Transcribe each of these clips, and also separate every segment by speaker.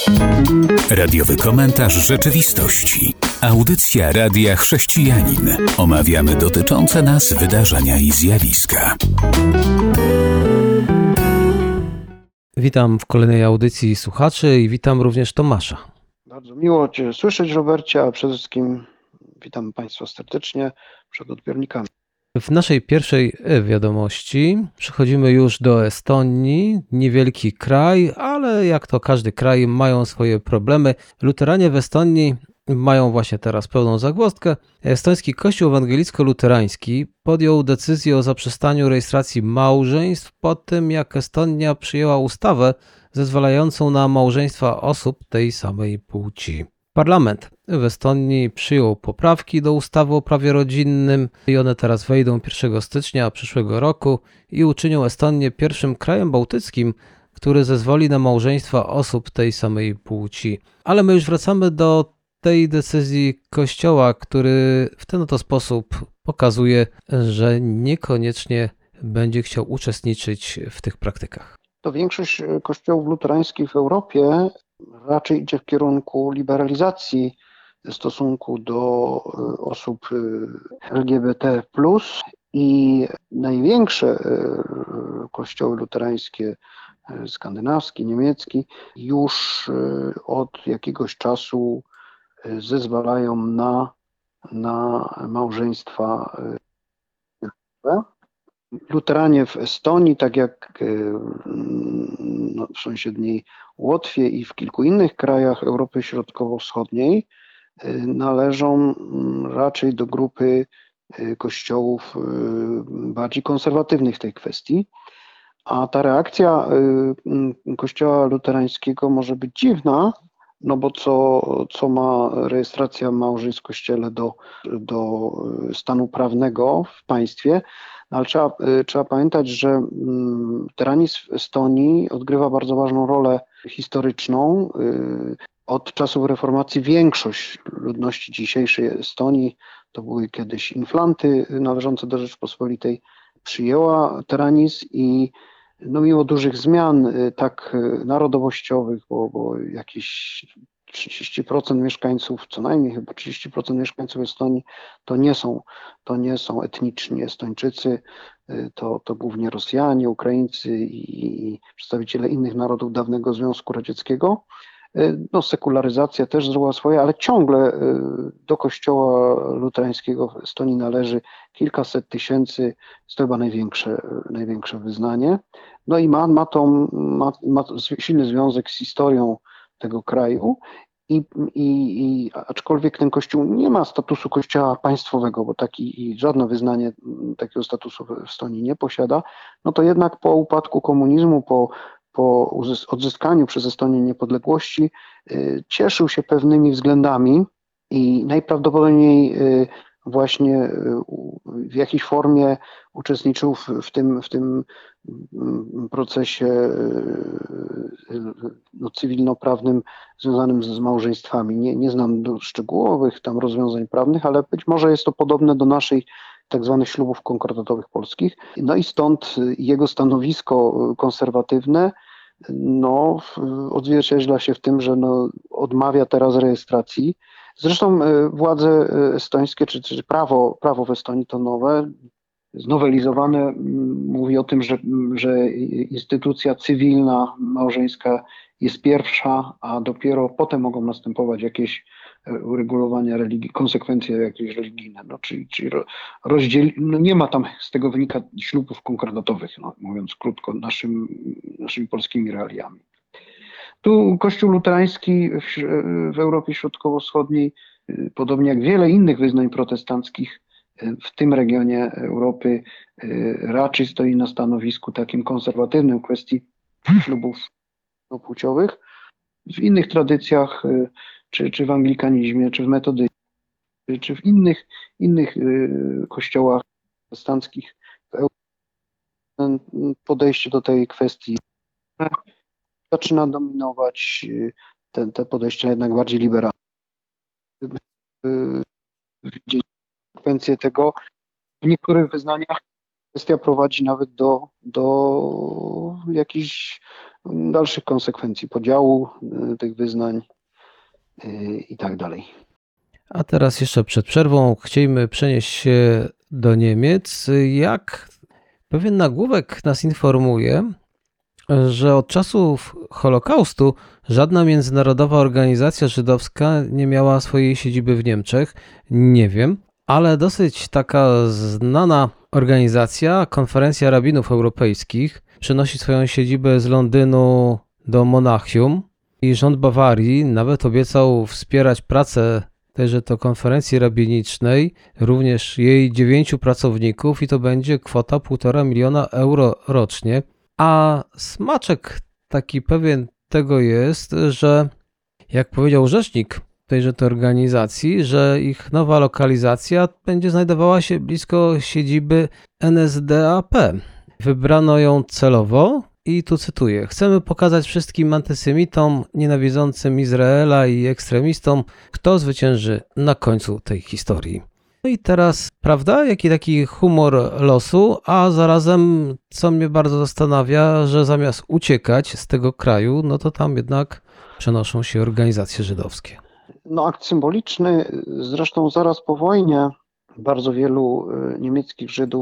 Speaker 1: Radiowy komentarz rzeczywistości. Audycja Radia Chrześcijanin. Omawiamy dotyczące nas wydarzenia i zjawiska.
Speaker 2: Witam w kolejnej audycji słuchaczy i witam również Tomasza.
Speaker 3: Bardzo miło Cię słyszeć, Robercie, a przede wszystkim witam Państwa serdecznie przed odbiornikami.
Speaker 2: W naszej pierwszej wiadomości przechodzimy już do Estonii. Niewielki kraj, ale jak to każdy kraj, mają swoje problemy. Luteranie w Estonii mają właśnie teraz pełną zagwozdkę. Estoński Kościół Ewangelicko-Luterański podjął decyzję o zaprzestaniu rejestracji małżeństw po tym, jak Estonia przyjęła ustawę zezwalającą na małżeństwa osób tej samej płci. Parlament w Estonii przyjął poprawki do ustawy o prawie rodzinnym i one teraz wejdą 1 stycznia przyszłego roku i uczynią Estonię pierwszym krajem bałtyckim, który zezwoli na małżeństwa osób tej samej płci. Ale my już wracamy do tej decyzji Kościoła, który w ten oto sposób pokazuje, że niekoniecznie będzie chciał uczestniczyć w tych praktykach.
Speaker 3: To większość kościołów luterańskich w Europie raczej idzie w kierunku liberalizacji w stosunku do osób LGBT+, i największe kościoły luterańskie, skandynawski, niemiecki, już od jakiegoś czasu zezwalają na małżeństwa. Luteranie w Estonii, tak jak w sąsiedniej Łotwie i w kilku innych krajach Europy Środkowo-Wschodniej, należą raczej do grupy kościołów bardziej konserwatywnych w tej kwestii. A ta reakcja kościoła luterańskiego może być dziwna, no bo co ma rejestracja małżeństw w kościele do stanu prawnego w państwie, ale trzeba pamiętać, że luteranizm w Estonii odgrywa bardzo ważną rolę historyczną. Od czasów reformacji większość ludności dzisiejszej Estonii, to były kiedyś inflanty należące do Rzeczpospolitej, przyjęła luteranizm i mimo dużych zmian tak narodowościowych, bo jakieś 30% mieszkańców, co najmniej chyba 30% mieszkańców Estonii to nie są etniczni Estończycy, to głównie Rosjanie, Ukraińcy i przedstawiciele innych narodów dawnego Związku Radzieckiego. Sekularyzacja też zrobiła swoje, ale ciągle do kościoła luterańskiego w Estonii należy kilkaset tysięcy, jest to chyba największe wyznanie. No i ma silny związek z historią tego kraju i aczkolwiek ten kościół nie ma statusu kościoła państwowego, bo żadne wyznanie takiego statusu w Estonii nie posiada, no to jednak po upadku komunizmu, po odzyskaniu przez Estonię niepodległości cieszył się pewnymi względami i najprawdopodobniej właśnie w jakiejś formie uczestniczył w tym procesie cywilnoprawnym związanym z małżeństwami. Nie znam szczegółowych tam rozwiązań prawnych, ale być może jest to podobne do naszej tak zwanych ślubów konkordatowych polskich. No i stąd jego stanowisko konserwatywne odzwierciedla się w tym, że odmawia teraz rejestracji. Zresztą władze estońskie, czy prawo w Estonii to nowe, znowelizowane, mówi o tym, że instytucja cywilna małżeńska jest pierwsza, a dopiero potem mogą następować jakieś uregulowania religii, konsekwencje jakieś religijne. Czyli nie ma tam, z tego wynika, ślubów konkordatowych, mówiąc krótko, naszymi polskimi realiami. Tu Kościół luterański w Europie Środkowo-Wschodniej, podobnie jak wiele innych wyznań protestanckich w tym regionie Europy, raczej stoi na stanowisku takim konserwatywnym w kwestii ślubów płciowych. W innych tradycjach, czy w anglikanizmie, czy w metodyzmie, czy w innych kościołach protestanckich w Europie, podejście do tej kwestii zaczyna dominować, te podejścia jednak bardziej liberalne. Widzieć konsekwencje tego w niektórych wyznaniach kwestia prowadzi nawet do jakichś dalszych konsekwencji podziału tych wyznań i tak dalej.
Speaker 2: A teraz jeszcze przed przerwą chcielibyśmy przenieść się do Niemiec. Jak pewien nagłówek nas informuje, że od czasów Holokaustu żadna międzynarodowa organizacja żydowska nie miała swojej siedziby w Niemczech. Nie wiem, ale dosyć taka znana organizacja, Konferencja Rabinów Europejskich, przenosi swoją siedzibę z Londynu do Monachium i rząd Bawarii nawet obiecał wspierać pracę tejże to konferencji rabinicznej, również jej 9 pracowników i to będzie kwota 1,5 miliona euro rocznie. A smaczek taki pewien tego jest, że jak powiedział rzecznik tejże to organizacji, że ich nowa lokalizacja będzie znajdowała się blisko siedziby NSDAP. Wybrano ją celowo i tu cytuję: chcemy pokazać wszystkim antysemitom, nienawidzącym Izraela i ekstremistom, kto zwycięży na końcu tej historii. No i teraz, prawda, jaki taki humor losu, a zarazem, co mnie bardzo zastanawia, że zamiast uciekać z tego kraju, no to tam jednak przenoszą się organizacje żydowskie.
Speaker 3: No, akt symboliczny, zresztą zaraz po wojnie bardzo wielu niemieckich Żydów,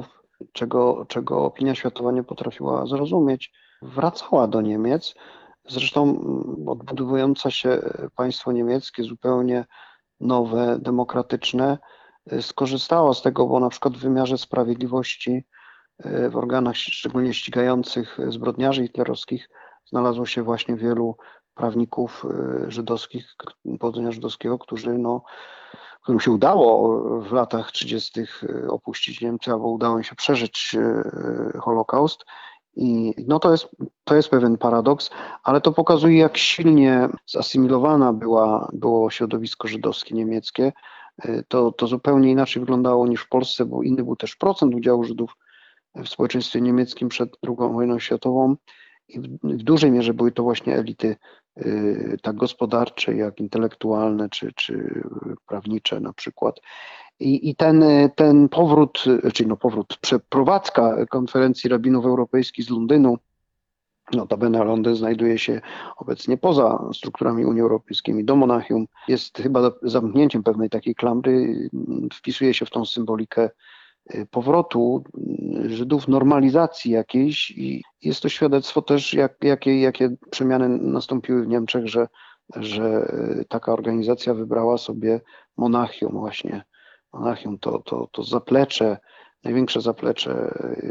Speaker 3: czego opinia światowa nie potrafiła zrozumieć, wracała do Niemiec. Zresztą odbudowujące się państwo niemieckie, zupełnie nowe, demokratyczne, skorzystało z tego, bo na przykład w wymiarze sprawiedliwości w organach szczególnie ścigających zbrodniarzy hitlerowskich znalazło się właśnie wielu prawników żydowskich, pochodzenia żydowskiego, którym się udało w latach 30. opuścić Niemcy, albo udało im się przeżyć Holokaust. I no to jest pewien paradoks, ale to pokazuje, jak silnie zasymilowane było środowisko żydowskie niemieckie. To zupełnie inaczej wyglądało niż w Polsce, bo inny był też procent udziału Żydów w społeczeństwie niemieckim przed II wojną światową i w dużej mierze były to właśnie elity tak gospodarcze, jak intelektualne czy prawnicze na przykład. I ten przeprowadzka konferencji rabinów europejskich z Londynu, notabene Londyn znajduje się obecnie poza strukturami Unii Europejskiej, do Monachium, jest chyba zamknięciem pewnej takiej klamry, wpisuje się w tą symbolikę powrotu Żydów, normalizacji jakiejś i jest to świadectwo też, jakie przemiany nastąpiły w Niemczech, że taka organizacja wybrała sobie Monachium właśnie. Monachium to zaplecze, największe zaplecze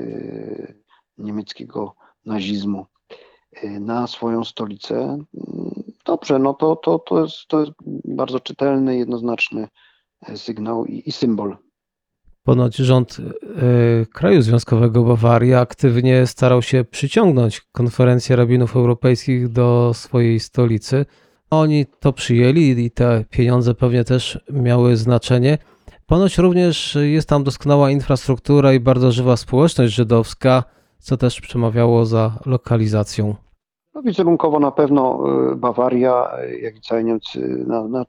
Speaker 3: niemieckiego nazizmu na swoją stolicę. Dobrze, no to jest bardzo czytelny, jednoznaczny sygnał i symbol.
Speaker 2: Ponoć rząd kraju związkowego Bawaria aktywnie starał się przyciągnąć konferencję rabinów europejskich do swojej stolicy. Oni to przyjęli i te pieniądze pewnie też miały znaczenie. Ponoć również jest tam doskonała infrastruktura i bardzo żywa społeczność żydowska, co też przemawiało za lokalizacją.
Speaker 3: No, wizerunkowo na pewno Bawaria, jak i całe Niemcy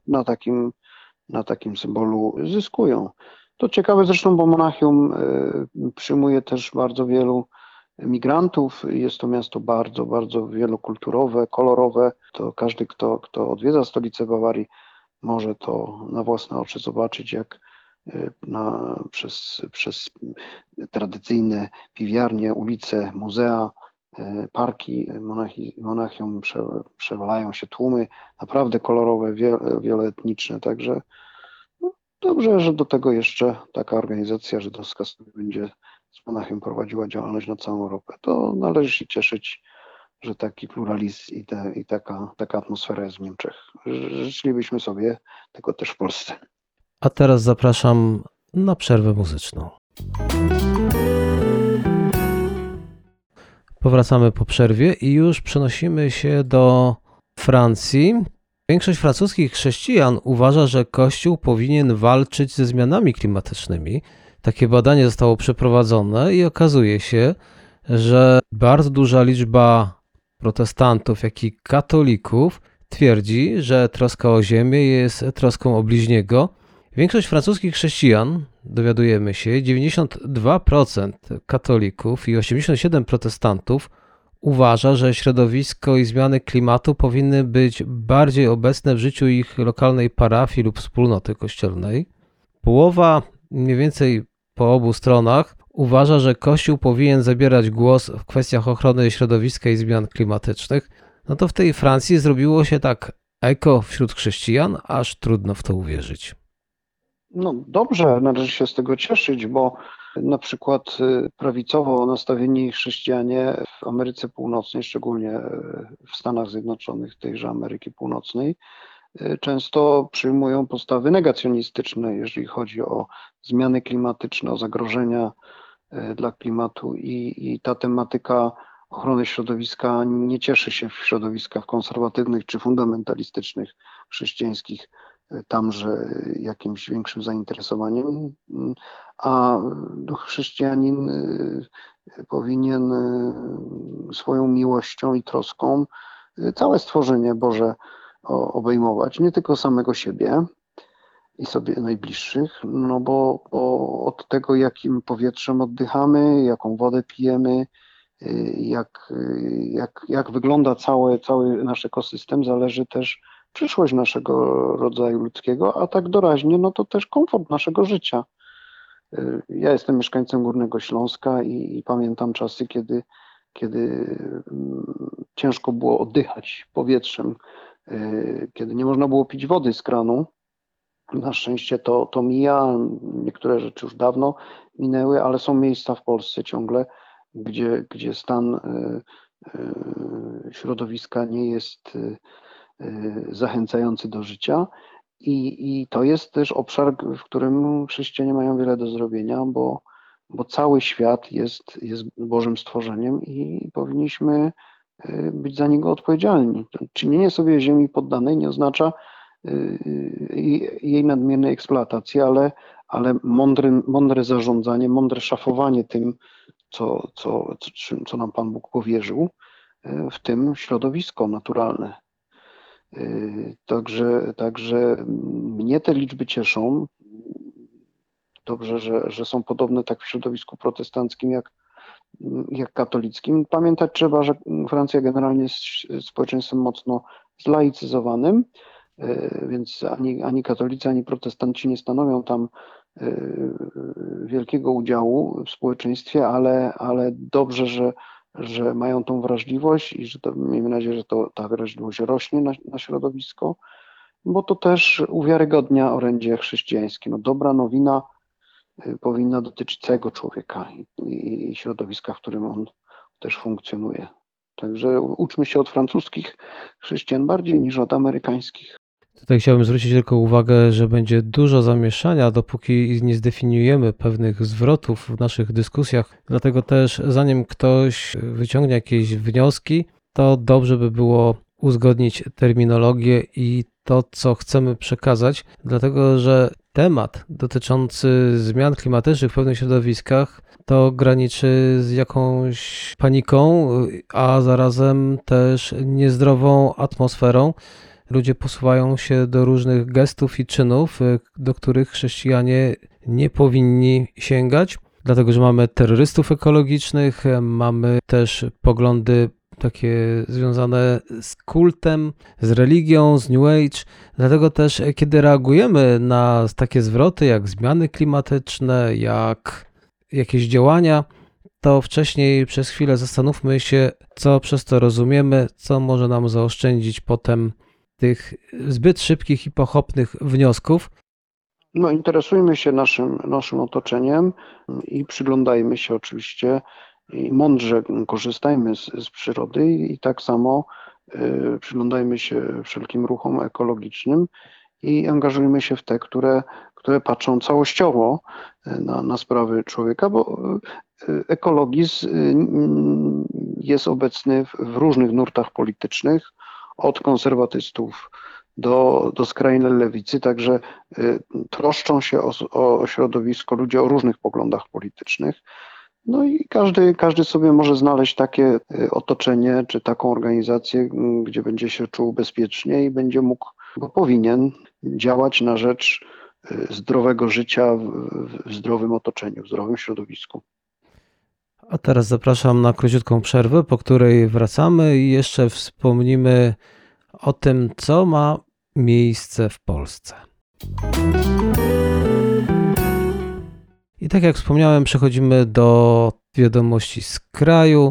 Speaker 3: na takim symbolu zyskują. To ciekawe zresztą, bo Monachium przyjmuje też bardzo wielu migrantów. Jest to miasto bardzo, bardzo wielokulturowe, kolorowe. To każdy, kto odwiedza stolicę Bawarii, może to na własne oczy zobaczyć, jak przez tradycyjne piwiarnie, ulice, muzea, parki Monachium przewalają się tłumy, naprawdę kolorowe, wieloetniczne, także dobrze, że do tego jeszcze taka organizacja żydowska sobie będzie z Monachium prowadziła działalność na całą Europę. To należy się cieszyć, że taki pluralizm i taka atmosfera jest w Niemczech. Życzylibyśmy sobie tego też w Polsce.
Speaker 2: A teraz zapraszam na przerwę muzyczną. Powracamy po przerwie i już przenosimy się do Francji. Większość francuskich chrześcijan uważa, że Kościół powinien walczyć ze zmianami klimatycznymi. Takie badanie zostało przeprowadzone i okazuje się, że bardzo duża liczba protestantów, jak i katolików twierdzi, że troska o ziemię jest troską o bliźniego. Większość francuskich chrześcijan, dowiadujemy się, 92% katolików i 87% protestantów uważa, że środowisko i zmiany klimatu powinny być bardziej obecne w życiu ich lokalnej parafii lub wspólnoty kościelnej. Połowa, mniej więcej po obu stronach, uważa, że Kościół powinien zabierać głos w kwestiach ochrony środowiska i zmian klimatycznych. No to w tej Francji zrobiło się tak eko wśród chrześcijan, aż trudno w to uwierzyć.
Speaker 3: No dobrze, należy się z tego cieszyć, bo na przykład prawicowo nastawieni chrześcijanie w Ameryce Północnej, szczególnie w Stanach Zjednoczonych, tejże Ameryki Północnej, często przyjmują postawy negacjonistyczne, jeżeli chodzi o zmiany klimatyczne, o zagrożenia dla klimatu i ta tematyka ochrony środowiska nie cieszy się w środowiskach konserwatywnych czy fundamentalistycznych chrześcijańskich tamże jakimś większym zainteresowaniem, a chrześcijanin powinien swoją miłością i troską całe stworzenie Boże obejmować, nie tylko samego siebie i sobie najbliższych, no bo od tego, jakim powietrzem oddychamy, jaką wodę pijemy, jak wygląda cały nasz ekosystem, zależy też przyszłość naszego rodzaju ludzkiego, a tak doraźnie, no to też komfort naszego życia. Ja jestem mieszkańcem Górnego Śląska i pamiętam czasy, kiedy ciężko było oddychać powietrzem, kiedy nie można było pić wody z kranu. Na szczęście to mija, niektóre rzeczy już dawno minęły, ale są miejsca w Polsce ciągle, gdzie stan środowiska nie jest zachęcający do życia i to jest też obszar, w którym chrześcijanie mają wiele do zrobienia, bo cały świat jest Bożym stworzeniem i powinniśmy być za niego odpowiedzialni. Czynienie sobie ziemi poddanej nie oznacza jej nadmiernej eksploatacji, ale mądre zarządzanie, mądre szafowanie tym, co nam Pan Bóg powierzył, w tym środowisko naturalne. Także mnie te liczby cieszą. Dobrze, że są podobne tak w środowisku protestanckim jak katolickim. Pamiętać trzeba, że Francja generalnie jest społeczeństwem mocno zlaicyzowanym, więc ani katolicy, ani protestanci nie stanowią tam wielkiego udziału w społeczeństwie, ale dobrze, że mają tą wrażliwość i miejmy nadzieję, że ta wrażliwość rośnie na środowisko, bo to też uwiarygodnia orędzie chrześcijańskie. No, dobra nowina powinna dotyczyć całego człowieka i środowiska, w którym on też funkcjonuje. Także uczmy się od francuskich chrześcijan bardziej niż od amerykańskich.
Speaker 2: Tutaj chciałbym zwrócić tylko uwagę, że będzie dużo zamieszania, dopóki nie zdefiniujemy pewnych zwrotów w naszych dyskusjach. Dlatego też, zanim ktoś wyciągnie jakieś wnioski, to dobrze by było uzgodnić terminologię i to, co chcemy przekazać, dlatego że temat dotyczący zmian klimatycznych w pewnych środowiskach to graniczy z jakąś paniką, a zarazem też niezdrową atmosferą. Ludzie posuwają się do różnych gestów i czynów, do których chrześcijanie nie powinni sięgać, dlatego że mamy terrorystów ekologicznych, mamy też poglądy takie związane z kultem, z religią, z New Age. Dlatego też, kiedy reagujemy na takie zwroty jak zmiany klimatyczne, jak jakieś działania, to wcześniej przez chwilę zastanówmy się, co przez to rozumiemy, co może nam zaoszczędzić potem tych zbyt szybkich i pochopnych wniosków.
Speaker 3: No, interesujmy się naszym otoczeniem i przyglądajmy się oczywiście i mądrze korzystajmy z przyrody i tak samo przyglądajmy się wszelkim ruchom ekologicznym i angażujmy się w te, które patrzą całościowo na sprawy człowieka, bo ekologizm jest obecny w różnych nurtach politycznych, od konserwatystów do skrajnej lewicy, także troszczą się o środowisko ludzie o różnych poglądach politycznych. No i każdy sobie może znaleźć takie otoczenie czy taką organizację, gdzie będzie się czuł bezpiecznie i będzie mógł, bo powinien działać na rzecz zdrowego życia w zdrowym otoczeniu, w zdrowym środowisku.
Speaker 2: A teraz zapraszam na króciutką przerwę, po której wracamy i jeszcze wspomnimy o tym, co ma miejsce w Polsce. I tak jak wspomniałem, przechodzimy do wiadomości z kraju.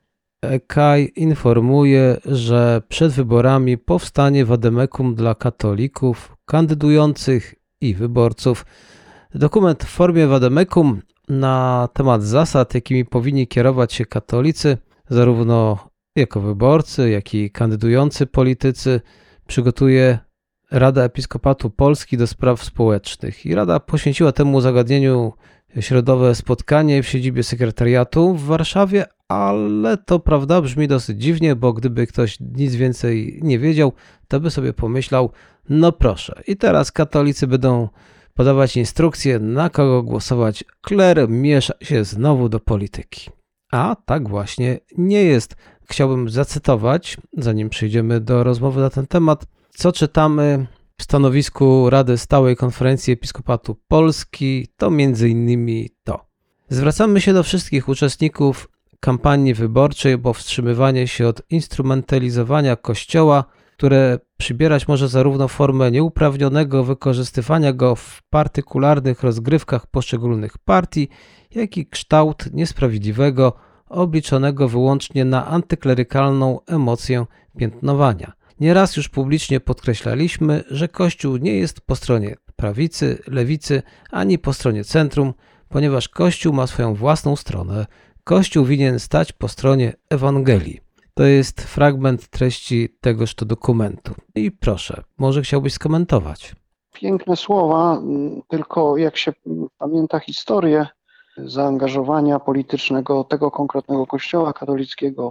Speaker 2: EKAI informuje, że przed wyborami powstanie wademekum dla katolików, kandydujących i wyborców. Dokument w formie wademekum na temat zasad, jakimi powinni kierować się katolicy, zarówno jako wyborcy, jak i kandydujący politycy, przygotuje Rada Episkopatu Polski do Spraw Społecznych. I Rada poświęciła temu zagadnieniu środowe spotkanie w siedzibie sekretariatu w Warszawie, ale to prawda brzmi dosyć dziwnie, bo gdyby ktoś nic więcej nie wiedział, to by sobie pomyślał, no proszę, i teraz katolicy będą podawać instrukcje, na kogo głosować. Kler miesza się znowu do polityki. A tak właśnie nie jest. Chciałbym zacytować, zanim przejdziemy do rozmowy na ten temat, co czytamy w stanowisku Rady Stałej Konferencji Episkopatu Polski, to m.in. to. Zwracamy się do wszystkich uczestników kampanii wyborczej o powstrzymywanie się od instrumentalizowania Kościoła, które przybierać może zarówno formę nieuprawnionego wykorzystywania go w partykularnych rozgrywkach poszczególnych partii, jak i kształt niesprawiedliwego, obliczonego wyłącznie na antyklerykalną emocję piętnowania. Nieraz już publicznie podkreślaliśmy, że Kościół nie jest po stronie prawicy, lewicy, ani po stronie centrum, ponieważ Kościół ma swoją własną stronę. Kościół winien stać po stronie Ewangelii. To jest fragment treści tegoż to dokumentu. I proszę, może chciałbyś skomentować.
Speaker 3: Piękne słowa, tylko jak się pamięta historię zaangażowania politycznego tego konkretnego kościoła katolickiego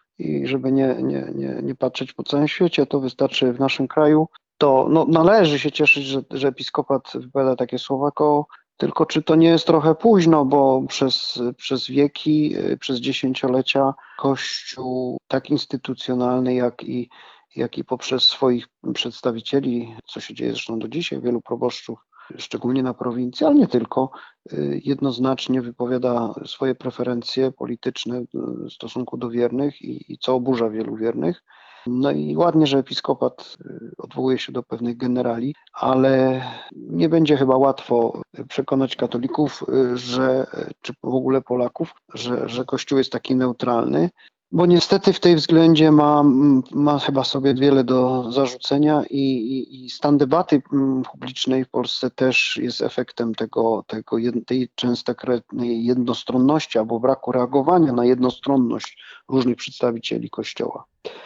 Speaker 3: i żeby nie patrzeć po całym świecie, to wystarczy w naszym kraju, to należy się cieszyć, że episkopat wypowiada takie słowa, tylko czy to nie jest trochę późno, bo przez wieki, przez dziesięciolecia Kościół tak instytucjonalny, jak i poprzez swoich przedstawicieli, co się dzieje zresztą do dzisiaj, wielu proboszczów, szczególnie na prowincji, ale nie tylko, jednoznacznie wypowiada swoje preferencje polityczne w stosunku do wiernych i co oburza wielu wiernych. No i ładnie, że episkopat odwołuje się do pewnych generali, ale nie będzie chyba łatwo przekonać katolików, czy w ogóle Polaków, że Kościół jest taki neutralny, bo niestety w tej względzie ma chyba sobie wiele do zarzucenia i stan debaty publicznej w Polsce też jest efektem tej częstokroćnej jednostronności albo braku reagowania na jednostronność różnych przedstawicieli Kościoła.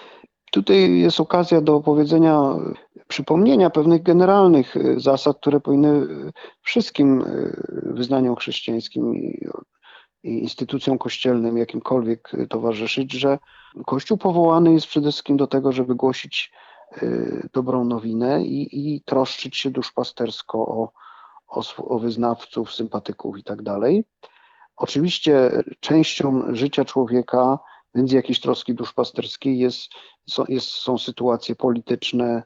Speaker 3: Tutaj jest okazja do przypomnienia pewnych generalnych zasad, które powinny wszystkim wyznaniom chrześcijańskim i instytucjom kościelnym jakimkolwiek towarzyszyć, że Kościół powołany jest przede wszystkim do tego, żeby głosić dobrą nowinę i troszczyć się duszpastersko o wyznawców, sympatyków i tak dalej. Oczywiście częścią życia człowieka, więc jakiejś troski duszpasterskiej są sytuacje polityczne,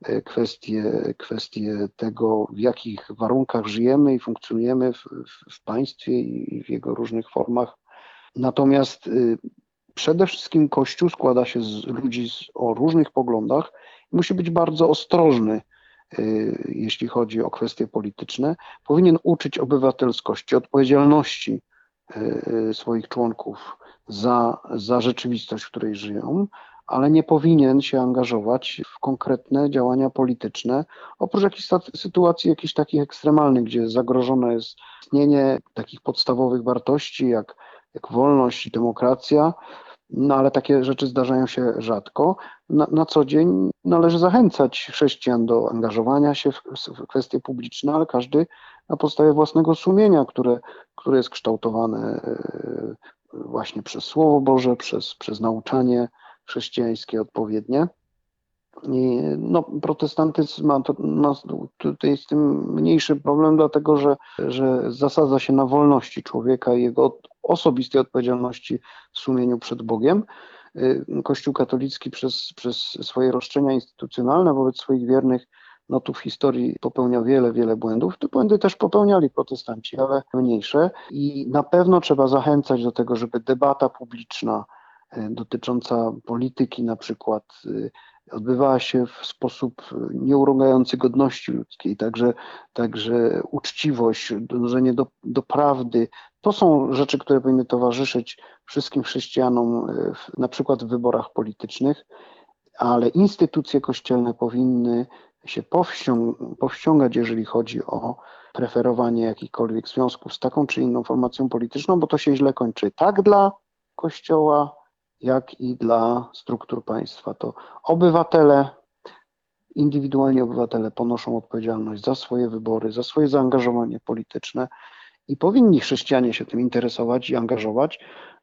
Speaker 3: kwestie tego, w jakich warunkach żyjemy i funkcjonujemy w państwie i w jego różnych formach. Natomiast przede wszystkim Kościół składa się z ludzi o różnych poglądach i musi być bardzo ostrożny, jeśli chodzi o kwestie polityczne. Powinien uczyć obywatelskości, odpowiedzialności swoich członków za rzeczywistość, w której żyją, ale nie powinien się angażować w konkretne działania polityczne, oprócz jakichś sytuacji jakichś takich ekstremalnych, gdzie zagrożone jest istnienie takich podstawowych wartości jak wolność i demokracja, ale takie rzeczy zdarzają się rzadko. Na co dzień należy zachęcać chrześcijan do angażowania się w kwestie publiczne, ale każdy na podstawie własnego sumienia, które jest kształtowane właśnie przez Słowo Boże, przez nauczanie chrześcijańskie odpowiednie. I protestantyzm ma tutaj z tym mniejszy problem, dlatego że zasadza się na wolności człowieka i jego osobistej odpowiedzialności w sumieniu przed Bogiem. Kościół katolicki przez swoje roszczenia instytucjonalne wobec swoich wiernych no tu w historii popełniał wiele błędów. Te błędy też popełniali protestanci, ale mniejsze. I na pewno trzeba zachęcać do tego, żeby debata publiczna dotycząca polityki na przykład odbywała się w sposób nieurągający godności ludzkiej. Także uczciwość, dążenie do prawdy, to są rzeczy, które powinny towarzyszyć wszystkim chrześcijanom, na przykład w wyborach politycznych, ale instytucje kościelne powinny się powściągać, jeżeli chodzi o preferowanie jakichkolwiek związków z taką czy inną formacją polityczną, bo to się źle kończy tak dla Kościoła, jak i dla struktur państwa. To indywidualni obywatele ponoszą odpowiedzialność za swoje wybory, za swoje zaangażowanie polityczne i powinni chrześcijanie się tym interesować i angażować,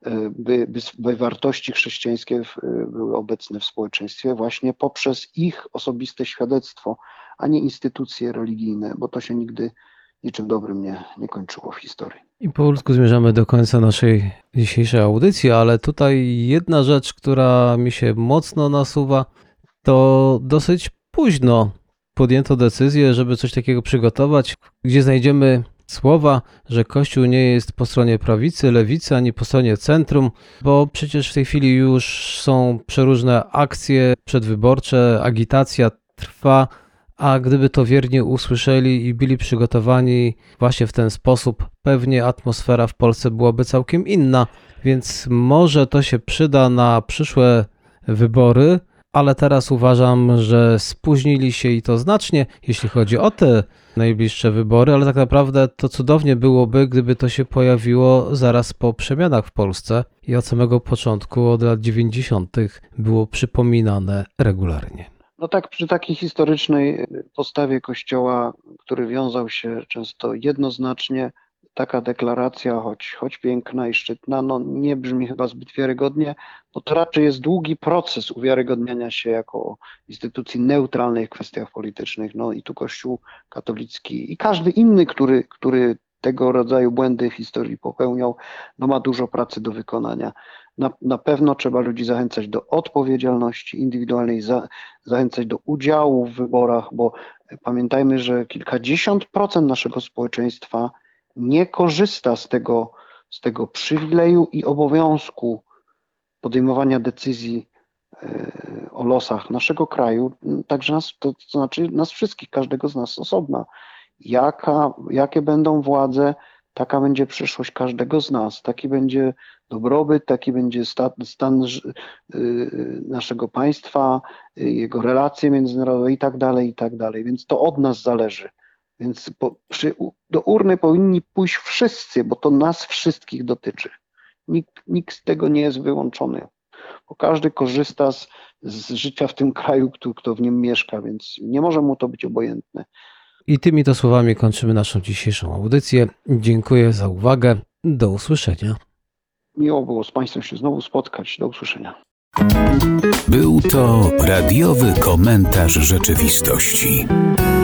Speaker 3: by wartości chrześcijańskie były obecne w społeczeństwie właśnie poprzez ich osobiste świadectwo, a nie instytucje religijne, bo to się nigdy niczym dobrym nie kończyło w historii.
Speaker 2: I powolutku zmierzamy do końca naszej dzisiejszej audycji, ale tutaj jedna rzecz, która mi się mocno nasuwa, to dosyć późno podjęto decyzję, żeby coś takiego przygotować, gdzie znajdziemy słowa, że Kościół nie jest po stronie prawicy, lewicy, ani po stronie centrum, bo przecież w tej chwili już są przeróżne akcje przedwyborcze, agitacja trwa, a gdyby to wiernie usłyszeli i byli przygotowani właśnie w ten sposób, pewnie atmosfera w Polsce byłaby całkiem inna, więc może to się przyda na przyszłe wybory, ale teraz uważam, że spóźnili się i to znacznie, jeśli chodzi o te najbliższe wybory, ale tak naprawdę to cudownie byłoby, gdyby to się pojawiło zaraz po przemianach w Polsce i od samego początku, od lat 90. było przypominane regularnie.
Speaker 3: No tak, przy takiej historycznej postawie Kościoła, który wiązał się często jednoznacznie, taka deklaracja, choć piękna i szczytna, no nie brzmi chyba zbyt wiarygodnie, bo to raczej jest długi proces uwiarygodniania się jako instytucji neutralnej w kwestiach politycznych. No i tu Kościół katolicki i każdy inny, który tego rodzaju błędy w historii popełniał, no ma dużo pracy do wykonania. Na pewno trzeba ludzi zachęcać do odpowiedzialności indywidualnej, zachęcać do udziału w wyborach, bo pamiętajmy, że kilkadziesiąt procent naszego społeczeństwa nie korzysta z tego przywileju i obowiązku podejmowania decyzji o losach naszego kraju, także to znaczy nas wszystkich, każdego z nas osobna. Jakie będą władze, taka będzie przyszłość każdego z nas, taki będzie dobrobyt, taki będzie stan naszego państwa, jego relacje międzynarodowe i tak dalej, więc to od nas zależy. Więc do urny powinni pójść wszyscy, bo to nas wszystkich dotyczy. Nikt z tego nie jest wyłączony, bo każdy korzysta z życia w tym kraju, kto w nim mieszka, więc nie może mu to być obojętne.
Speaker 2: I tymi to słowami kończymy naszą dzisiejszą audycję. Dziękuję za uwagę. Do usłyszenia.
Speaker 3: Miło było z Państwem się znowu spotkać. Do usłyszenia.
Speaker 1: Był to radiowy komentarz rzeczywistości.